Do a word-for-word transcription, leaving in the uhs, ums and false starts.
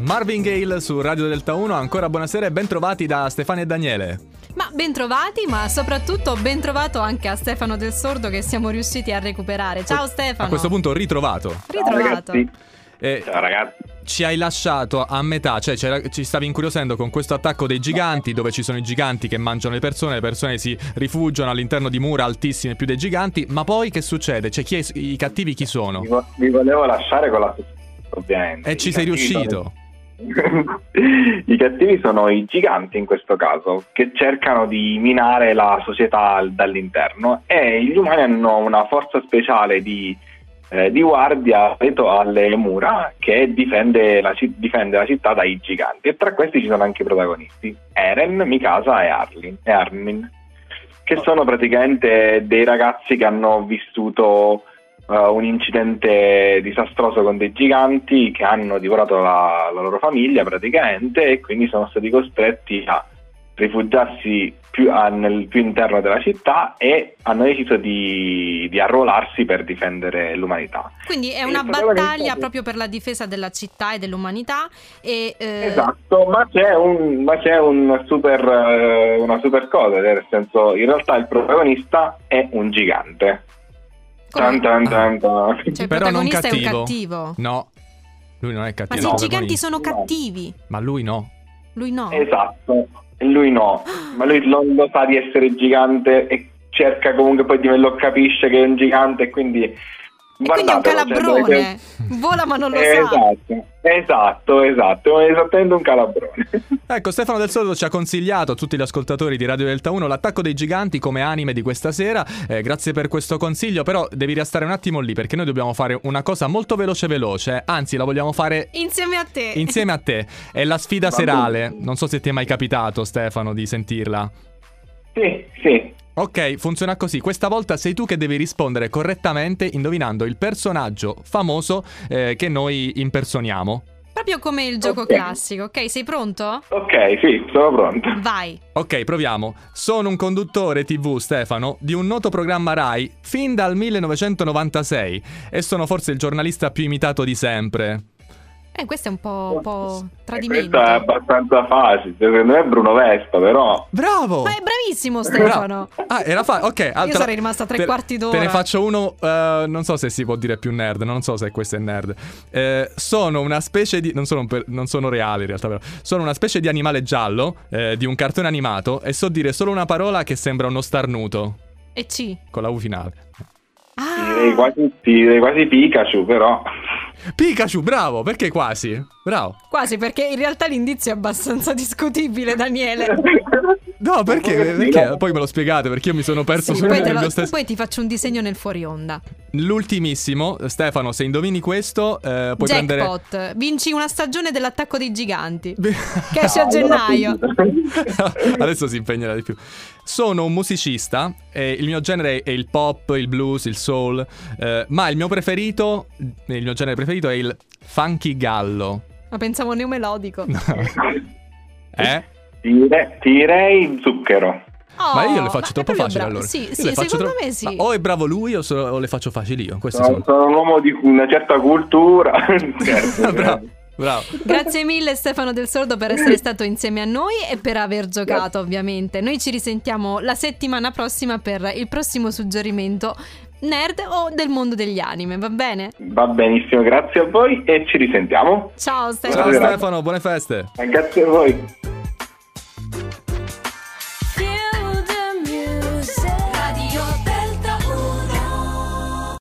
Marvin Gaye su Radio Delta uno, ancora buonasera e ben trovati da Stefania e Daniele. Ma ben trovati, ma soprattutto ben trovato anche a Stefano Del Sordo che siamo riusciti a recuperare. Ciao Stefano. A questo punto ritrovato. Ritrovato. Ciao, Eh, Ciao ragazzi. Ci hai lasciato a metà, cioè ci stavi incuriosendo con questo attacco dei giganti, dove ci sono i giganti che mangiano le persone, le persone si rifugiano all'interno di mura altissime più dei giganti, ma poi che succede? Cioè chi è, i cattivi chi sono? Vi, vo- vi volevo lasciare con la ovviamente. E ci I sei cattivi riuscito. sono- I cattivi sono i giganti in questo caso, che cercano di minare la società dall'interno, e gli umani hanno una forza speciale di Eh, di guardia alle mura che difende la, difende la città dai giganti, e tra questi ci sono anche i protagonisti Eren, Mikasa e Armin, e Armin che sono praticamente dei ragazzi che hanno vissuto uh, un incidente disastroso con dei giganti che hanno divorato la, la loro famiglia praticamente, e quindi sono stati costretti a rifugiarsi più a, nel più interno della città, e hanno deciso di, di arruolarsi per difendere l'umanità. Quindi è E una il protagonista- battaglia proprio per la difesa della città e dell'umanità. E, eh, Esatto, ma c'è un ma c'è un super eh, una super cosa, nel senso, in realtà il protagonista è un gigante. come- Tan, tan, tan, tan. Cioè il Però non protagonista è un cattivo. cattivo. No, lui non è Ma cattivo. se no, i giganti protagonista. sono No. cattivi, Ma lui no. lui no. Esatto, e lui no, ma lui non lo sa di essere gigante e cerca comunque, poi di lo capisce che è un gigante, e quindi E quindi è un guardatelo, cioè, calabrone. dovete- Vola ma non lo Eh, sa. esatto, esatto, esatto, è esattamente un calabrone. Ecco, Stefano Del Sordo ci ha consigliato, a tutti gli ascoltatori di Radio Delta uno, l'attacco dei giganti come anime di questa sera. Eh, grazie per questo consiglio, però devi restare un attimo lì, perché noi dobbiamo fare una cosa molto veloce veloce, anzi la vogliamo fare Insieme a te. insieme a te. È la sfida Va serale, bene. non so se ti è mai capitato, Stefano, di sentirla. Sì, sì. Ok, funziona così. Questa volta sei tu che devi rispondere correttamente indovinando il personaggio famoso eh, che noi impersoniamo. Proprio come il gioco Ok. classico, ok? Sei pronto? Ok, sì, sono pronto. Vai. Ok, proviamo. Sono un conduttore tivù, Stefano, di un noto programma Rai fin dal millenovecentonovantasei, e sono forse il giornalista più imitato di sempre. Eh, questo è un po', un po' E tradimento. questo è abbastanza facile, secondo me è Bruno Vespa, però Bravo! Ma è bravissimo Stefano. Bravo. Ah, era fa- ok. ah, Io te la- sarei rimasta tre te- quarti d'ora. Te ne faccio uno, eh, non so se si può dire più nerd, non so se questo è nerd. Eh, sono una specie di... Non sono, un per- non sono reali in realtà, però. Sono una specie di animale giallo, eh, di un cartone animato, e so dire solo una parola che sembra uno starnuto, E C. con la U finale. ti Ah, direi quasi, ti direi quasi Pikachu, però Pikachu, bravo, perché quasi? Bravo. quasi, perché in realtà l'indizio è abbastanza discutibile, Daniele. No, perché? Sì, Perché? no. Poi me l'ho spiegato, perché io mi sono perso Sì, su poi, nel te lo- mio stesso... poi ti faccio un disegno nel fuori onda. L'ultimissimo, Stefano, se indovini questo, eh, puoi prendere... Jackpot. Vinci una stagione dell'attacco dei giganti. Beh, Che esce a gennaio. Adesso si impegnerà di più. Sono un musicista, e il mio genere è il pop, il blues, il soul, eh, ma il mio preferito, il mio genere preferito è il funky gallo. Ma pensavo neomelodico. Eh? ti direi, ti direi zucchero. Oh, Ma io le faccio ma è troppo proprio facili bravo. allora. Sì, Io sì, le faccio secondo troppo- me sì. Ma o è bravo lui o, so- o le faccio facili io. Queste Sono, sono... sono un uomo di una certa cultura. Scherzo, bravo, bravo. Grazie mille Stefano Del Sordo per essere stato insieme a noi e per aver giocato, ovviamente. Noi ci risentiamo la settimana prossima per il prossimo suggerimento nerd o del mondo degli anime, va bene? Va benissimo, grazie a voi e ci risentiamo. Ciao Ciao Stefano. Grazie. Stefano, buone feste. Grazie a voi.